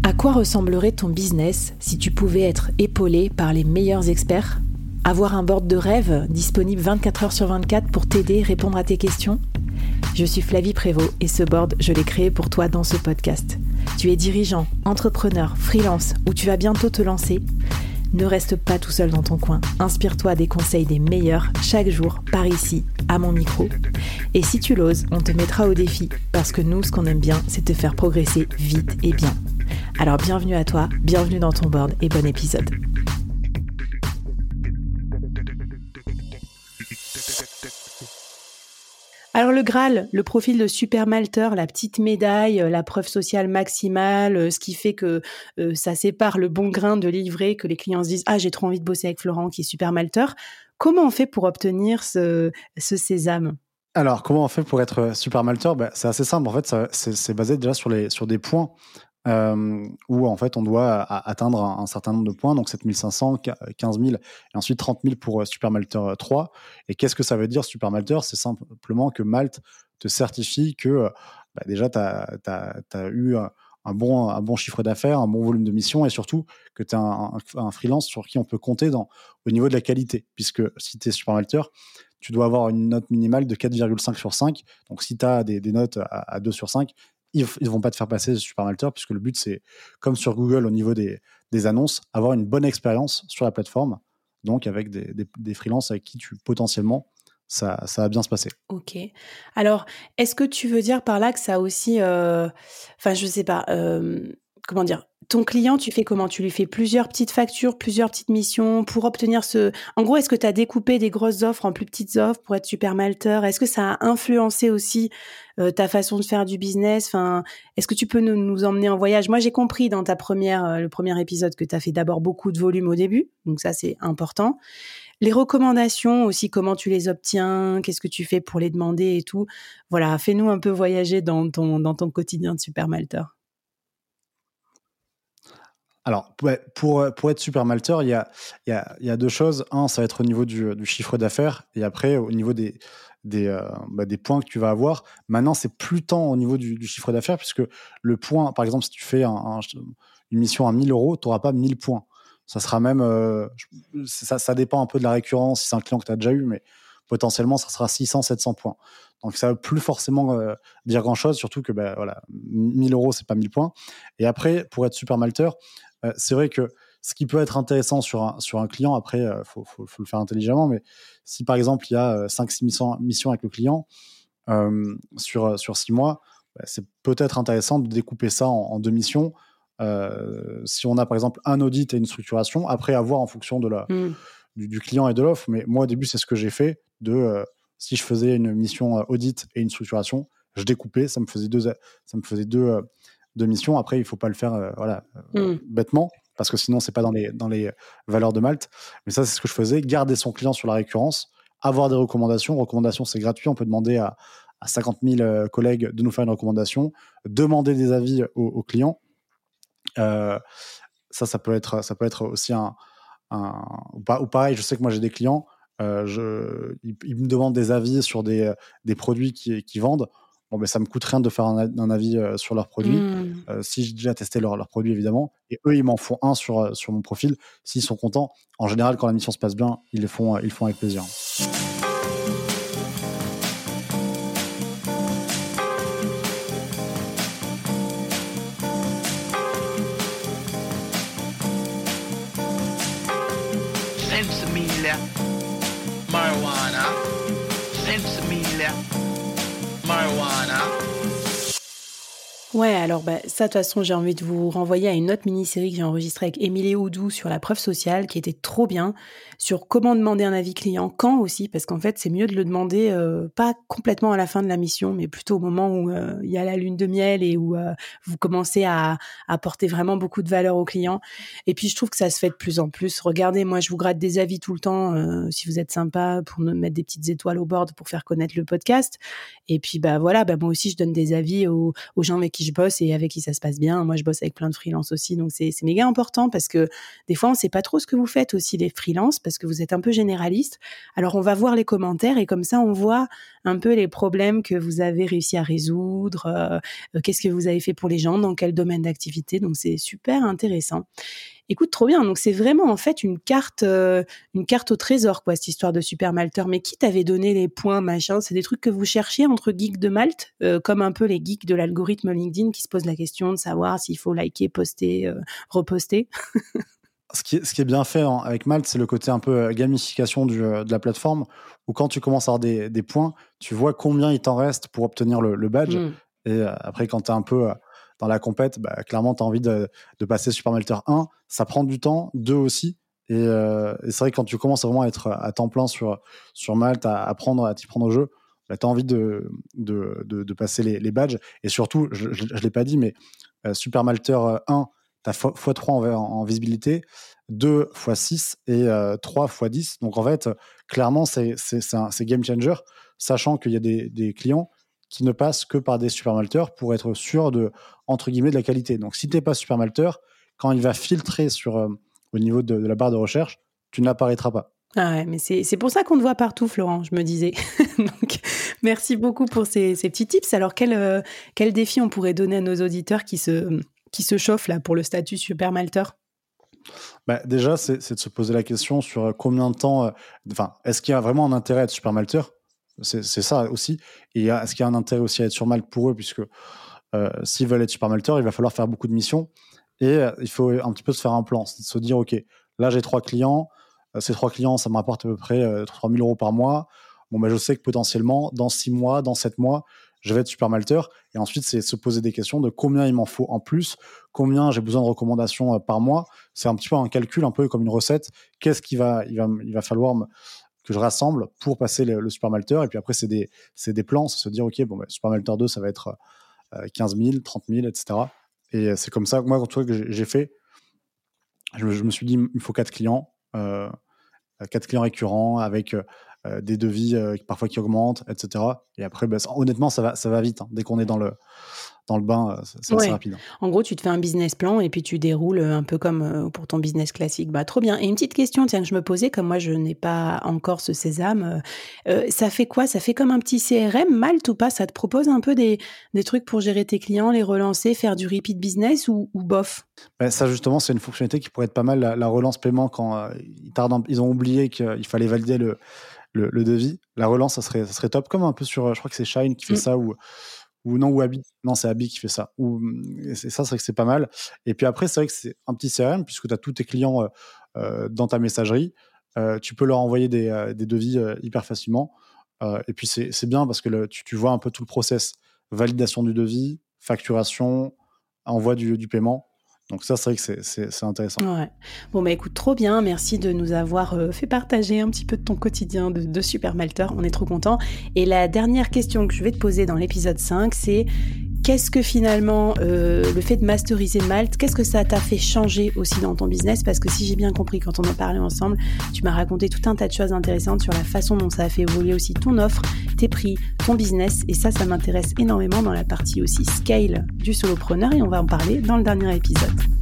À quoi ressemblerait ton business si tu pouvais être épaulé par les meilleurs experts ? Avoir un board de rêve disponible 24 heures sur 24 pour t'aider, répondre à tes questions ? Je suis Flavie Prévost et ce board, je l'ai créé pour toi dans ce podcast. Tu es dirigeant, entrepreneur, freelance ou tu vas bientôt te lancer ? Ne reste pas tout seul dans ton coin. Inspire-toi des conseils des meilleurs chaque jour par ici, à mon micro. Et si tu l'oses, on te mettra au défi parce que nous, ce qu'on aime bien, c'est te faire progresser vite et bien. Alors bienvenue à toi, bienvenue dans ton board et bon épisode. Alors le Graal, le profil de super malteur, la petite médaille, la preuve sociale maximale, ce qui fait que ça sépare le bon grain de l'ivraie, que les clients se disent « Ah, j'ai trop envie de bosser avec Florent qui est super malteur ». Comment on fait pour obtenir ce sésame ? Alors, comment on fait pour être super malteur ? C'est assez simple. En fait, c'est basé déjà sur des points où en fait on doit atteindre un certain nombre de points, donc 7500, 15 000 et ensuite 30 000 pour Super Malteur 3. Et qu'est-ce que ça veut dire Super Malteur ? C'est simplement que Malte te certifie que déjà tu as eu un bon chiffre d'affaires, un bon volume de mission et surtout que tu es un freelance sur qui on peut compter au niveau de la qualité, puisque si tu es Super Malteur, tu dois avoir une note minimale de 4,5 sur 5. Donc si tu as des notes à 2 sur 5, ils vont pas te faire passer super malteur, puisque le but, c'est, comme sur Google au niveau des annonces, avoir une bonne expérience sur la plateforme, donc avec des freelances avec qui potentiellement, ça va bien se passer. Ok. Alors, est-ce que tu veux dire par là que ça a aussi... je sais pas... comment dire ? Ton client, tu fais comment ? Tu lui fais plusieurs petites factures, plusieurs petites missions pour obtenir ce... En gros, est-ce que tu as découpé des grosses offres en plus petites offres pour être super malteur ? Est-ce que ça a influencé aussi ta façon de faire du business ? Enfin, est-ce que tu peux nous emmener en voyage ? Moi, j'ai compris dans le premier épisode que tu as fait d'abord beaucoup de volume au début. Donc ça, c'est important. Les recommandations aussi, comment tu les obtiens ? Qu'est-ce que tu fais pour les demander et tout ? Voilà, fais-nous un peu voyager dans ton quotidien de super malteur. Alors, pour être super malteur, il y a deux choses. Un, ça va être au niveau du chiffre d'affaires, et après, au niveau des points que tu vas avoir. Maintenant, c'est plus tant au niveau du chiffre d'affaires, puisque le point, par exemple, si tu fais une mission à 1 000 € tu n'auras pas 1 000 points. Ça sera même... ça dépend un peu de la récurrence, si c'est un client que tu as déjà eu, mais potentiellement, ça sera 600, 700 points. Donc, ça ne veut plus forcément dire grand-chose, surtout que 1 000 €, c'est pas 1 000 points. Et après, pour être super malteur, c'est vrai que ce qui peut être intéressant sur un client, après, faut le faire intelligemment, mais si par exemple, il y a 5-6 missions avec le client sur 6 mois, c'est peut-être intéressant de découper ça en 2 missions. Si on a par exemple un audit et une structuration, après avoir en fonction du client et de l'offre. Mais moi, au début, c'est ce que j'ai fait. Si je faisais une mission audit et une structuration, je découpais, ça me faisait deux missions. Après, il ne faut pas le faire bêtement, parce que sinon, ce n'est pas dans les valeurs de Malte. Mais ça, c'est ce que je faisais. Garder son client sur la récurrence, avoir des recommandations. Recommandations, c'est gratuit. On peut demander à 50 000 collègues de nous faire une recommandation, demander des avis aux clients. Ça peut être aussi ou pareil, je sais que moi, j'ai des clients, ils me demandent des avis sur des produits qui vendent. Bon, ça me coûte rien de faire un avis sur leurs produits. Si j'ai déjà testé leurs produits, évidemment. Et eux, ils m'en font un sur mon profil. S'ils sont contents, en général, quand la mission se passe bien, ils le font avec plaisir. Sensimile marijuana. Sensimile marijuana. Ouais, alors ça, de toute façon, j'ai envie de vous renvoyer à une autre mini-série que j'ai enregistrée avec Émilie Oudou sur la preuve sociale, qui était trop bien, sur comment demander un avis client, quand aussi, parce qu'en fait, c'est mieux de le demander pas complètement à la fin de la mission, mais plutôt au moment où il y a la lune de miel et où vous commencez à apporter vraiment beaucoup de valeur au client. Et puis, je trouve que ça se fait de plus en plus. Regardez, moi, je vous gratte des avis tout le temps, si vous êtes sympa, pour me mettre des petites étoiles au board pour faire connaître le podcast. Et puis, moi aussi, je donne des avis aux gens avec qui qui je bosse et avec qui ça se passe bien. Moi, je bosse avec plein de freelances aussi, donc c'est méga important parce que des fois, on sait pas trop ce que vous faites aussi, les freelances, parce que vous êtes un peu généraliste. Alors, on va voir les commentaires et comme ça, on voit un peu les problèmes que vous avez réussi à résoudre, qu'est-ce que vous avez fait pour les gens, dans quel domaine d'activité. Donc, c'est super intéressant. Écoute, trop bien. Donc, c'est vraiment en fait une carte au trésor, quoi, cette histoire de Super Malteur. Mais qui t'avait donné les points, machin? C'est des trucs que vous cherchiez entre geeks de Malte, comme un peu les geeks de l'algorithme LinkedIn qui se posent la question de savoir s'il faut liker, poster, reposter. Ce qui est bien fait avec Malte, c'est le côté un peu gamification de la plateforme, où quand tu commences à avoir des points, tu vois combien il t'en reste pour obtenir le badge. Et après, quand tu es un peu dans la compète, clairement, tu as envie de passer Super Malteur 1. Ça prend du temps, 2 aussi. Et c'est vrai que quand tu commences vraiment à être à temps plein sur Malte, à t'y prendre au jeu, tu as envie de passer les badges. Et surtout, je ne l'ai pas dit, mais Super Malteur 1, tu as x3 en visibilité, 2 x 6 et 3 x 10. Donc en fait, clairement, c'est game changer, sachant qu'il y a des clients qui ne passent que par des Super Malteurs pour être sûr de, entre guillemets, de la qualité. Donc si tu n'es pas Super Malteur, quand il va filtrer au niveau de la barre de recherche, tu n'apparaîtras pas. Ah ouais, mais c'est pour ça qu'on te voit partout, Florent, je me disais. Donc, merci beaucoup pour ces petits tips. Alors, quel défi on pourrait donner à nos auditeurs qui se chauffent là pour le statut Super Malteur? Déjà, c'est de se poser la question sur combien de temps... est-ce qu'il y a vraiment un intérêt à être Super Malteur? C'est ça aussi. Et est-ce qu'il y a un intérêt aussi à être sur Malte pour eux? Puisque s'ils veulent être Super Malteur, il va falloir faire beaucoup de missions. Et il faut un petit peu se faire un plan. C'est de se dire, OK, là, j'ai 3 clients. Ces 3 clients, ça me rapporte à peu près 3 000 € par mois. Bon, je sais que potentiellement, dans 6 mois, dans 7 mois, je vais être Super Malteur. Et ensuite, c'est se poser des questions de combien il m'en faut en plus, combien j'ai besoin de recommandations par mois. C'est un petit peu un calcul, un peu comme une recette. Qu'est-ce qu'il va falloir que je rassemble pour passer le Super Malteur? Et puis après, c'est des plans. C'est se dire, OK, Super Malteur 2, ça va être 15 000, 30 000, etc. Et c'est comme ça que moi, en tout cas, que j'ai fait. Je me suis dit, il faut 4 clients. 4 clients récurrents avec des devis parfois qui augmentent, etc. Et après, honnêtement, ça va vite. Hein. Dès qu'on est dans le bain, c'est assez rapide. En gros, tu te fais un business plan et puis tu déroules un peu comme pour ton business classique. Trop bien. Et une petite question, tiens, que je me posais, comme moi, je n'ai pas encore ce sésame. Ça fait quoi? Ça fait comme un petit CRM, Malte ou pas? Ça te propose un peu des trucs pour gérer tes clients, les relancer, faire du repeat business ou bof? Ça, justement, c'est une fonctionnalité qui pourrait être pas mal, la relance paiement, quand ils ont oublié qu'il fallait valider le devis. La relance, ça serait top, comme un peu sur, je crois que c'est Shine qui fait ça, ou Abi. Non, c'est Abi qui fait ça. C'est vrai que c'est pas mal. Et puis après, c'est vrai que c'est un petit CRM, puisque tu as tous tes clients dans ta messagerie. Tu peux leur envoyer des devis hyper facilement. Et puis, c'est bien parce que tu vois un peu tout le process. Validation du devis, facturation, envoi du paiement. Donc ça, c'est vrai que c'est intéressant. Ouais. Bon, écoute, trop bien. Merci de nous avoir fait partager un petit peu de ton quotidien de Super Malteur. On est trop contents. Et la dernière question que je vais te poser dans l'épisode 5, c'est qu'est-ce que finalement, le fait de masteriser Malte, qu'est-ce que ça t'a fait changer aussi dans ton business? Parce que si j'ai bien compris, quand on a parlé ensemble, tu m'as raconté tout un tas de choses intéressantes sur la façon dont ça a fait évoluer aussi ton offre, tes prix, ton business. Et ça m'intéresse énormément dans la partie aussi scale du solopreneur. Et on va en parler dans le dernier épisode.